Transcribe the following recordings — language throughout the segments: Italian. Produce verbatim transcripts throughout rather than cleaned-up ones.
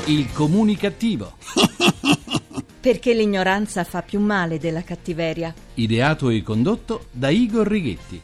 Il comunicativo. Perché l'ignoranza fa più male della cattiveria. Ideato e condotto da Igor Righetti.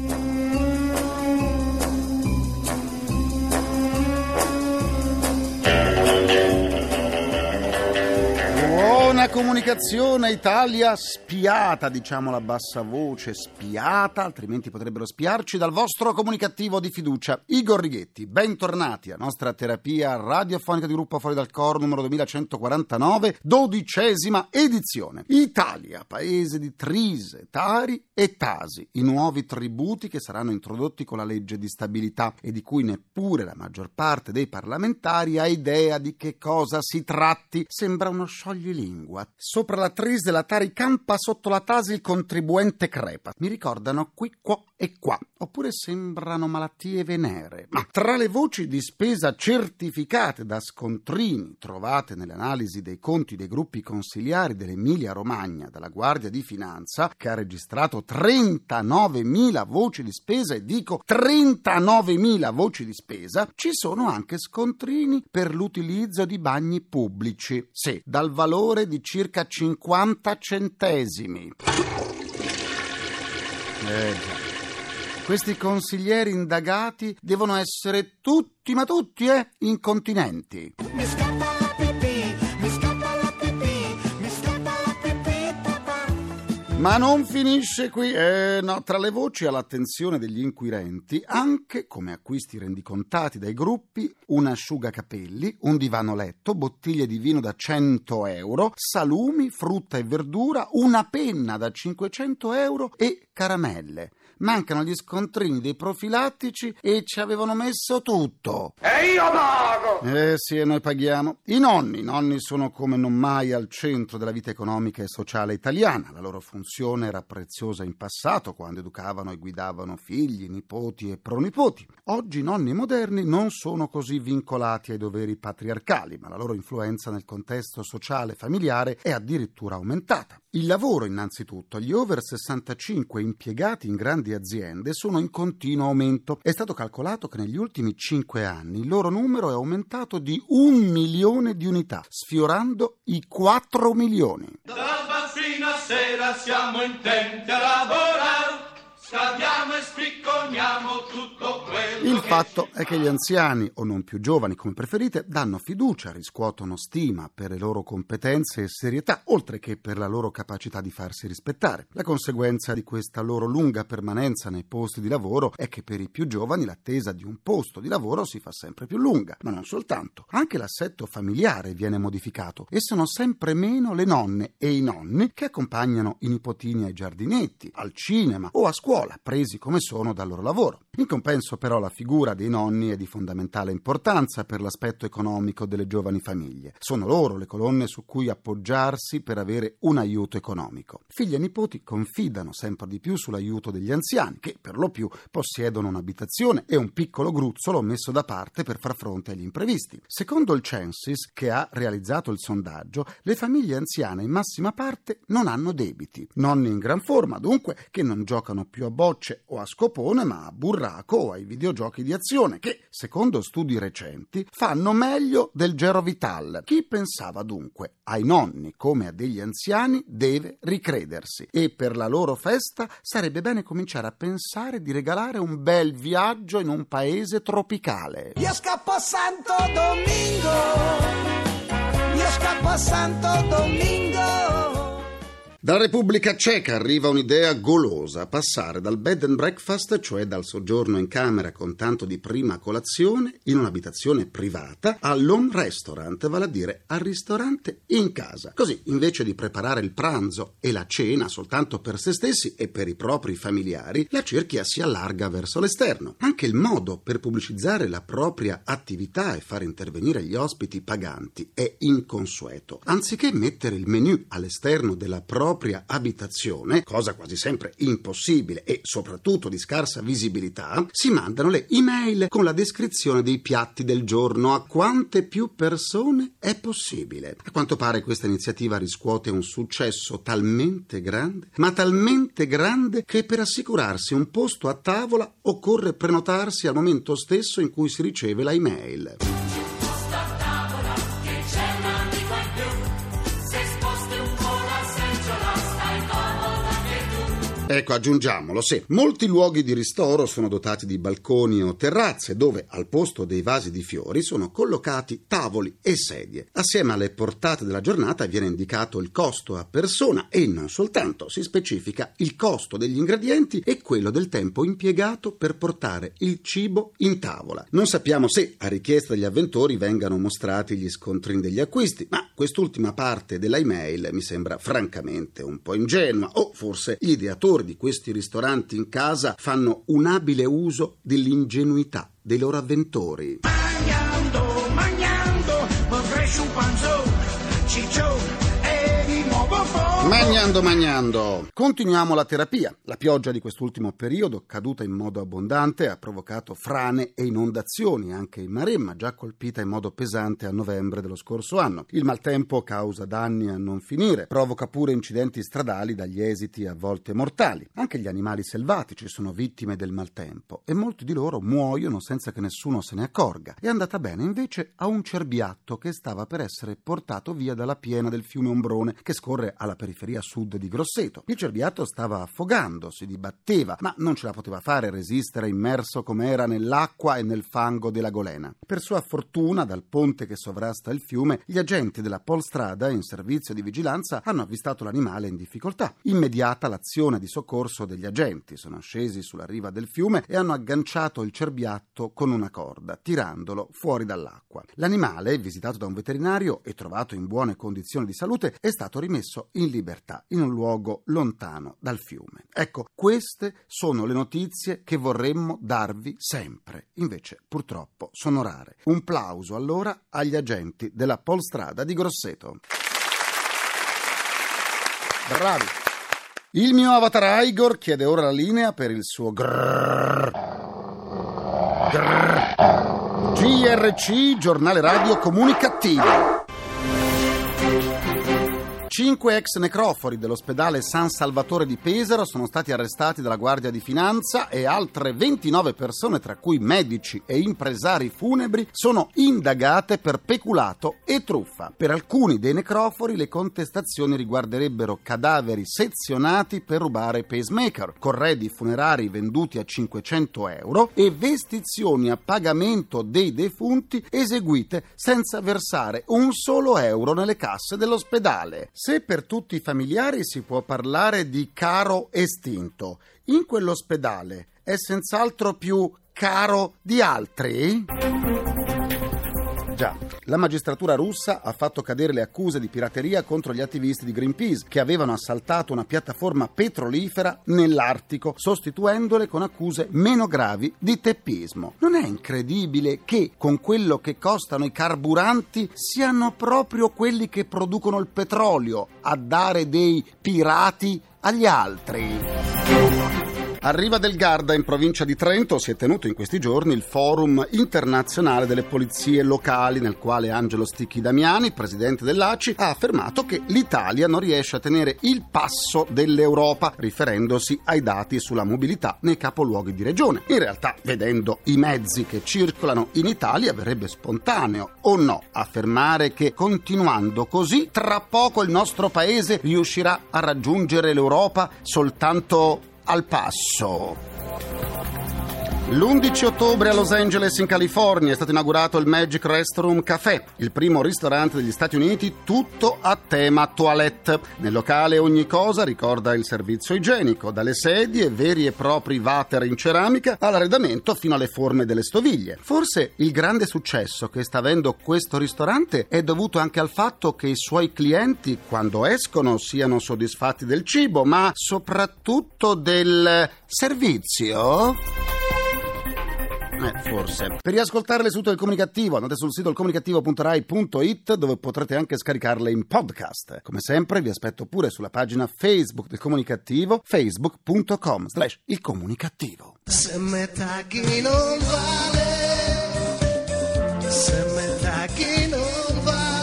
Buona comunicazione Italia, spiata, diciamola a bassa voce, spiata, altrimenti potrebbero spiarci, dal vostro comunicativo di fiducia, Igor Righetti. Bentornati alla nostra terapia radiofonica di Gruppo Fuori dal Coro numero duemilacentoquarantanove, dodicesima edizione. Italia, paese di Trise, Tari e Tasi, i nuovi tributi che saranno introdotti con la legge di stabilità e di cui neppure la maggior parte dei parlamentari ha idea di che cosa si tratti. Sembra uno scioglilingua. Sopra la Trise la Tari campa, sotto la Tasi il contribuente crepa. Mi ricordano qui, qua e qua, oppure sembrano malattie venere. Ma tra le voci di spesa certificate da scontrini trovate nelle analisi dei conti dei gruppi consiliari dell'Emilia Romagna dalla Guardia di Finanza, che ha registrato trentanovemila voci di spesa, e dico trentanovemila voci di spesa, ci sono anche scontrini per l'utilizzo di bagni pubblici. Sì, dal valore di circa cinquanta centesimi. Eh già. Questi consiglieri indagati devono essere tutti, ma tutti, eh, incontinenti. Mi scappa la pipì, mi scappa la pipì, mi scappa la pipì, papà. Ma non finisce qui. Eh no, tra le voci all'attenzione degli inquirenti, anche come acquisti rendicontati dai gruppi, un asciugacapelli, un divano letto, bottiglie di vino da cento euro, salumi, frutta e verdura, una penna da cinquecento euro e caramelle. Mancano gli scontrini dei profilattici e ci avevano messo tutto. E io pago! Eh sì, e noi paghiamo. I nonni, i nonni sono come non mai al centro della vita economica e sociale italiana. La loro funzione era preziosa in passato, quando educavano e guidavano figli, nipoti e pronipoti. Oggi i nonni moderni non sono così vincolati ai doveri patriarcali, ma la loro influenza nel contesto sociale e familiare è addirittura aumentata. Il lavoro, innanzitutto. Gli over sessantacinque impiegati in grandi aziende sono in continuo aumento. È stato calcolato che negli ultimi cinque anni il loro numero è aumentato di un milione di unità, sfiorando i quattro milioni. Dalla mattina a sera siamo intenti a lavorare, scaldiamo e spricconiamo tutto quello. Il che fatto è che gli anziani, o non più giovani come preferite, danno fiducia, riscuotono stima per le loro competenze e serietà, oltre che per la loro capacità di farsi rispettare. La conseguenza di questa loro lunga permanenza nei posti di lavoro è che per i più giovani l'attesa di un posto di lavoro si fa sempre più lunga. Ma non soltanto, anche l'assetto familiare viene modificato e sono sempre meno le nonne e i nonni che accompagnano i nipotini ai giardinetti, al cinema o a scuola, presi come sono dal loro lavoro. In compenso però la figura dei nonni è di fondamentale importanza per l'aspetto economico delle giovani famiglie. Sono loro le colonne su cui appoggiarsi per avere un aiuto economico. Figli e nipoti confidano sempre di più sull'aiuto degli anziani, che per lo più possiedono un'abitazione e un piccolo gruzzolo messo da parte per far fronte agli imprevisti. Secondo il Censis, che ha realizzato il sondaggio, le famiglie anziane in massima parte non hanno debiti. Nonni in gran forma, dunque, che non giocano più a bocce o a scopone, ma a burraco o ai videogiochi di azione, che, secondo studi recenti, fanno meglio del Gerovital. Chi pensava dunque ai nonni come a degli anziani deve ricredersi, e per la loro festa sarebbe bene cominciare a pensare di regalare un bel viaggio in un paese tropicale. Io scappo a Santo Domingo, io scappo a Santo Domingo. Dalla Repubblica Ceca arriva un'idea golosa: passare dal bed and breakfast, cioè dal soggiorno in camera con tanto di prima colazione in un'abitazione privata, all'home restaurant, vale a dire al ristorante in casa. Così, invece di preparare il pranzo e la cena soltanto per se stessi e per i propri familiari, la cerchia si allarga verso l'esterno. Anche il modo per pubblicizzare la propria attività e far intervenire gli ospiti paganti è inconsueto. Anziché mettere il menù all'esterno della propria propria abitazione, cosa quasi sempre impossibile e soprattutto di scarsa visibilità, si mandano le email con la descrizione dei piatti del giorno a quante più persone è possibile. A quanto pare questa iniziativa riscuote un successo talmente grande, ma talmente grande, che per assicurarsi un posto a tavola occorre prenotarsi al momento stesso in cui si riceve la email. Posto a tavola che Ecco, aggiungiamolo, sì. Molti luoghi di ristoro sono dotati di balconi o terrazze dove, al posto dei vasi di fiori, sono collocati tavoli e sedie. Assieme alle portate della giornata viene indicato il costo a persona e non soltanto, si specifica il costo degli ingredienti e quello del tempo impiegato per portare il cibo in tavola. Non sappiamo se, a richiesta degli avventori, vengano mostrati gli scontrini degli acquisti, ma quest'ultima parte della email mi sembra francamente un po' ingenua, o forse gli ideatori di questi ristoranti in casa fanno un abile uso dell'ingenuità dei loro avventori. Mangiando, mangiando, vorrei un panzone, ciccione e di nuovo fuori. Magnando, magnando. Continuiamo la terapia. La pioggia di quest'ultimo periodo, caduta in modo abbondante, ha provocato frane e inondazioni anche in Maremma, già colpita in modo pesante a novembre dello scorso anno. Il maltempo causa danni a non finire, provoca pure incidenti stradali dagli esiti a volte mortali. Anche gli animali selvatici sono vittime del maltempo e molti di loro muoiono senza che nessuno se ne accorga. È andata bene invece a un cerbiatto che stava per essere portato via dalla piena del fiume Ombrone che scorre alla periferia sud di Grosseto. Il cerbiatto stava affogando, si dibatteva, ma non ce la poteva fare resistere immerso com'era nell'acqua e nel fango della golena. Per sua fortuna, dal ponte che sovrasta il fiume, gli agenti della Polstrada in servizio di vigilanza hanno avvistato l'animale in difficoltà. Immediata l'azione di soccorso degli agenti. Sono scesi sulla riva del fiume e hanno agganciato il cerbiatto con una corda, tirandolo fuori dall'acqua. L'animale, visitato da un veterinario e trovato in buone condizioni di salute, è stato rimesso in libertà in un luogo lontano dal fiume. Ecco, queste sono le notizie che vorremmo darvi sempre. Invece, purtroppo, sono rare. Un plauso allora agli agenti della Polstrada di Grosseto. Bravi! Il mio avatar Igor chiede ora la linea per il suo grrrr. Grrrr. G R C, giornale radio comunicativo. Cinque ex necrofori dell'ospedale San Salvatore di Pesaro sono stati arrestati dalla Guardia di Finanza e altre ventinove persone, tra cui medici e impresari funebri, sono indagate per peculato e truffa. Per alcuni dei necrofori le contestazioni riguarderebbero cadaveri sezionati per rubare pacemaker, corredi funerari venduti a cinquecento euro e vestizioni a pagamento dei defunti eseguite senza versare un solo euro nelle casse dell'ospedale. Se per tutti i familiari si può parlare di caro estinto, in quell'ospedale è senz'altro più caro di altri? Già, la magistratura russa ha fatto cadere le accuse di pirateria contro gli attivisti di Greenpeace che avevano assaltato una piattaforma petrolifera nell'Artico, sostituendole con accuse meno gravi di teppismo. Non è incredibile che con quello che costano i carburanti siano proprio quelli che producono il petrolio a dare dei pirati agli altri? A Riva del Garda, in provincia di Trento, si è tenuto in questi giorni il Forum internazionale delle polizie locali, nel quale Angelo Sticchi Damiani, presidente dell'A C I, ha affermato che l'Italia non riesce a tenere il passo dell'Europa, riferendosi ai dati sulla mobilità nei capoluoghi di regione. In realtà, vedendo i mezzi che circolano in Italia, verrebbe spontaneo, o no, affermare che continuando così, tra poco il nostro paese riuscirà a raggiungere l'Europa soltanto al passo. L'undici ottobre a Los Angeles in California è stato inaugurato il Magic Restroom Café, il primo ristorante degli Stati Uniti tutto a tema toilette. Nel locale ogni cosa ricorda il servizio igienico, dalle sedie, veri e propri water in ceramica, all'arredamento fino alle forme delle stoviglie. Forse il grande successo che sta avendo questo ristorante è dovuto anche al fatto che i suoi clienti, quando escono, siano soddisfatti del cibo, ma soprattutto del servizio? Eh, forse. Per riascoltare le sedute del Comunicativo andate sul sito ilcomunicativo punto rai punto it, dove potrete anche scaricarle in podcast. Come sempre vi aspetto pure sulla pagina Facebook del Comunicativo, facebook punto com slash il comunicativo. Se metà chi non vale, se metà chi non vale,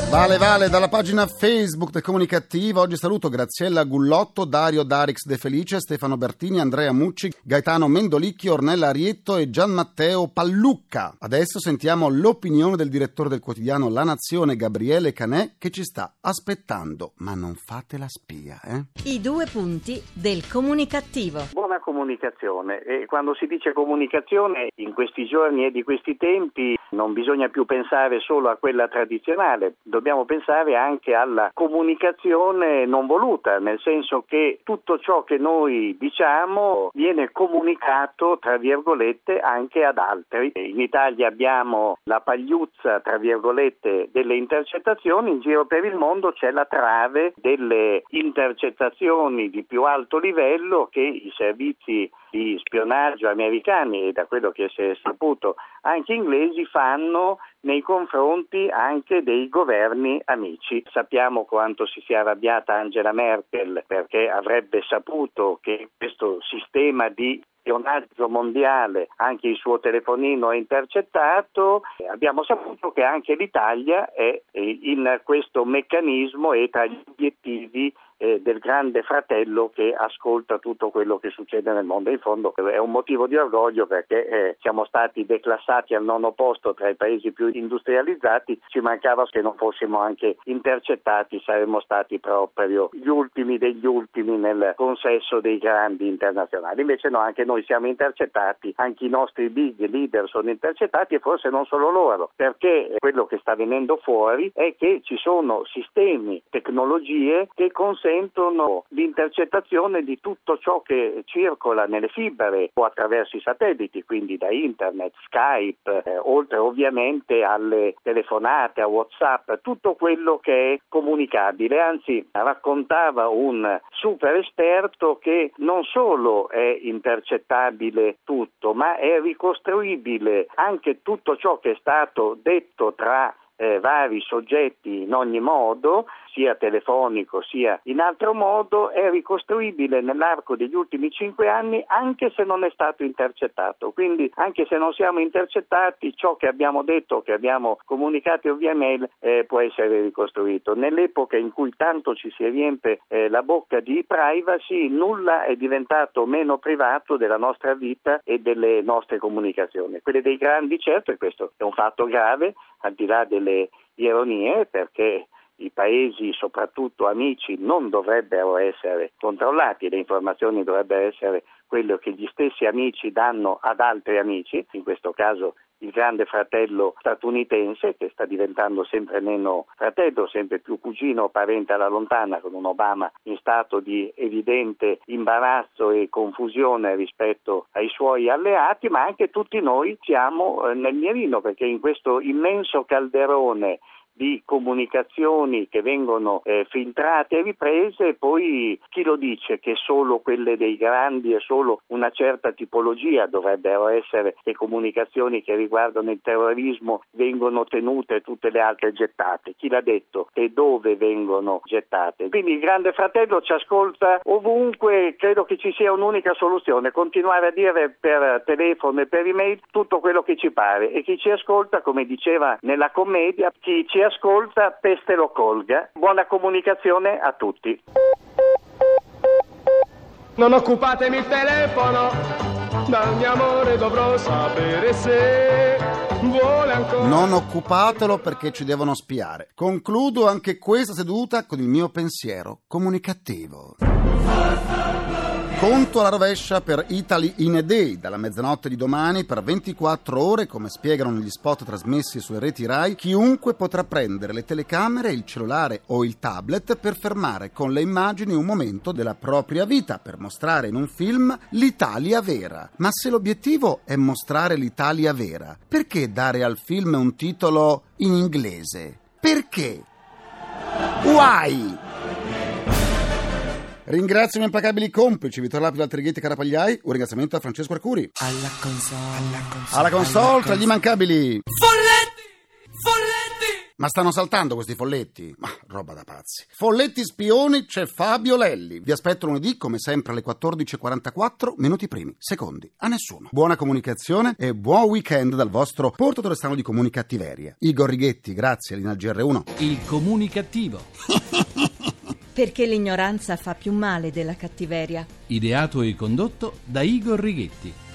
Vale Vale dalla pagina Facebook del Comunicativo. Oggi saluto Graziella Gullotto, Dario Darix De Felice, Stefano Bertini, Andrea Mucci, Gaetano Mendolicchi, Ornella Arietto e Gian Matteo Pallucca. Adesso sentiamo l'opinione del direttore del quotidiano La Nazione, Gabriele Canè, che ci sta aspettando. Ma non fate la spia, eh? I due punti del Comunicativo. Buona comunicazione. E quando si dice comunicazione in questi giorni e di questi tempi non bisogna più pensare solo a quella tradizionale, dobbiamo pensare anche alla comunicazione non voluta, nel senso che tutto ciò che noi diciamo viene comunicato, tra virgolette, anche ad altri. In Italia abbiamo la pagliuzza, tra virgolette, delle intercettazioni, in giro per il mondo c'è la trave delle intercettazioni di più alto livello che i servizi di spionaggio americani e, da quello che si è saputo, anche inglesi fanno nei confronti anche dei governi amici. Sappiamo quanto si sia arrabbiata Angela Merkel perché avrebbe saputo che questo sistema di spionaggio mondiale, anche il suo telefonino è intercettato. Abbiamo saputo che anche l'Italia è in questo meccanismo e tra gli obiettivi eh, del grande fratello che ascolta tutto quello che succede nel mondo. In fondo è un motivo di orgoglio perché eh, siamo stati declassati al nono posto tra i paesi più industrializzati, ci mancava che non fossimo anche intercettati, saremmo stati proprio gli ultimi degli ultimi nel consesso dei grandi internazionali. Invece no, anche noi siamo intercettati, anche i nostri big leader sono intercettati e forse non solo loro, perché quello che sta venendo fuori è che ci sono sistemi, tecnologie che consentono l'intercettazione di tutto ciò che circola nelle fibre o attraverso i satelliti, quindi da internet, Skype, eh, oltre ovviamente alle telefonate, a WhatsApp, tutto quello che è comunicabile. Anzi, raccontava un super esperto che non solo è intercettabile tutto, ma è ricostruibile anche tutto ciò che è stato detto tra Eh, vari soggetti in ogni modo, sia telefonico sia in altro modo, è ricostruibile nell'arco degli ultimi cinque anni anche se non è stato intercettato. Quindi anche se non siamo intercettati, ciò che abbiamo detto, che abbiamo comunicato via mail eh, può essere ricostruito. Nell'epoca in cui tanto ci si riempie eh, la bocca di privacy, nulla è diventato meno privato della nostra vita e delle nostre comunicazioni. Quelle dei grandi, certo, e questo è un fatto grave, al di là delle ironie, perché i paesi, soprattutto amici, non dovrebbero essere controllati, le informazioni dovrebbero essere quello che gli stessi amici danno ad altri amici, in questo caso il grande fratello statunitense che sta diventando sempre meno fratello, sempre più cugino o parente alla lontana, con un Obama in stato di evidente imbarazzo e confusione rispetto ai suoi alleati, ma anche tutti noi siamo eh, nel mirino, perché in questo immenso calderone di comunicazioni che vengono eh, filtrate e riprese, e poi chi lo dice che solo quelle dei grandi e solo una certa tipologia dovrebbero essere le comunicazioni che riguardano il terrorismo vengono tenute, tutte le altre gettate? Chi l'ha detto e dove vengono gettate? Quindi il grande fratello ci ascolta ovunque. Credo che ci sia un'unica soluzione: continuare a dire per telefono e per email tutto quello che ci pare, e chi ci ascolta, come diceva nella commedia, chi ci ascolta peste lo colga. Buona comunicazione a tutti. Non occupatemi il telefono, dal mio amore dovrò sapere se vuole ancora. Non occupatelo perché ci devono spiare. Concludo anche questa seduta con il mio pensiero comunicativo. Conto alla rovescia per Italy in a Day, dalla mezzanotte di domani per ventiquattro ore, come spiegano negli spot trasmessi sulle reti Rai, chiunque potrà prendere le telecamere, il cellulare o il tablet per fermare con le immagini un momento della propria vita, per mostrare in un film l'Italia vera. Ma se l'obiettivo è mostrare l'Italia vera, perché dare al film un titolo in inglese? Perché? Why? Ringrazio i miei implacabili complici Vittorio Lapi, Altrighetti e Carapagliai. Un ringraziamento a Francesco Arcuri. Alla console, alla console, Alla console, tra gli immancabili Folletti, Folletti. Ma stanno saltando questi folletti? Ma roba da pazzi. Folletti spioni, c'è Fabio Lelli. Vi aspetto lunedì, come sempre, alle quattordici e quarantaquattro, minuti primi, secondi a nessuno. Buona comunicazione e buon weekend dal vostro portatore strano di comunicattiveria. Igor Righetti, grazie, Lina al G R uno. Il comunicativo. Perché l'ignoranza fa più male della cattiveria. Ideato e condotto da Igor Righetti.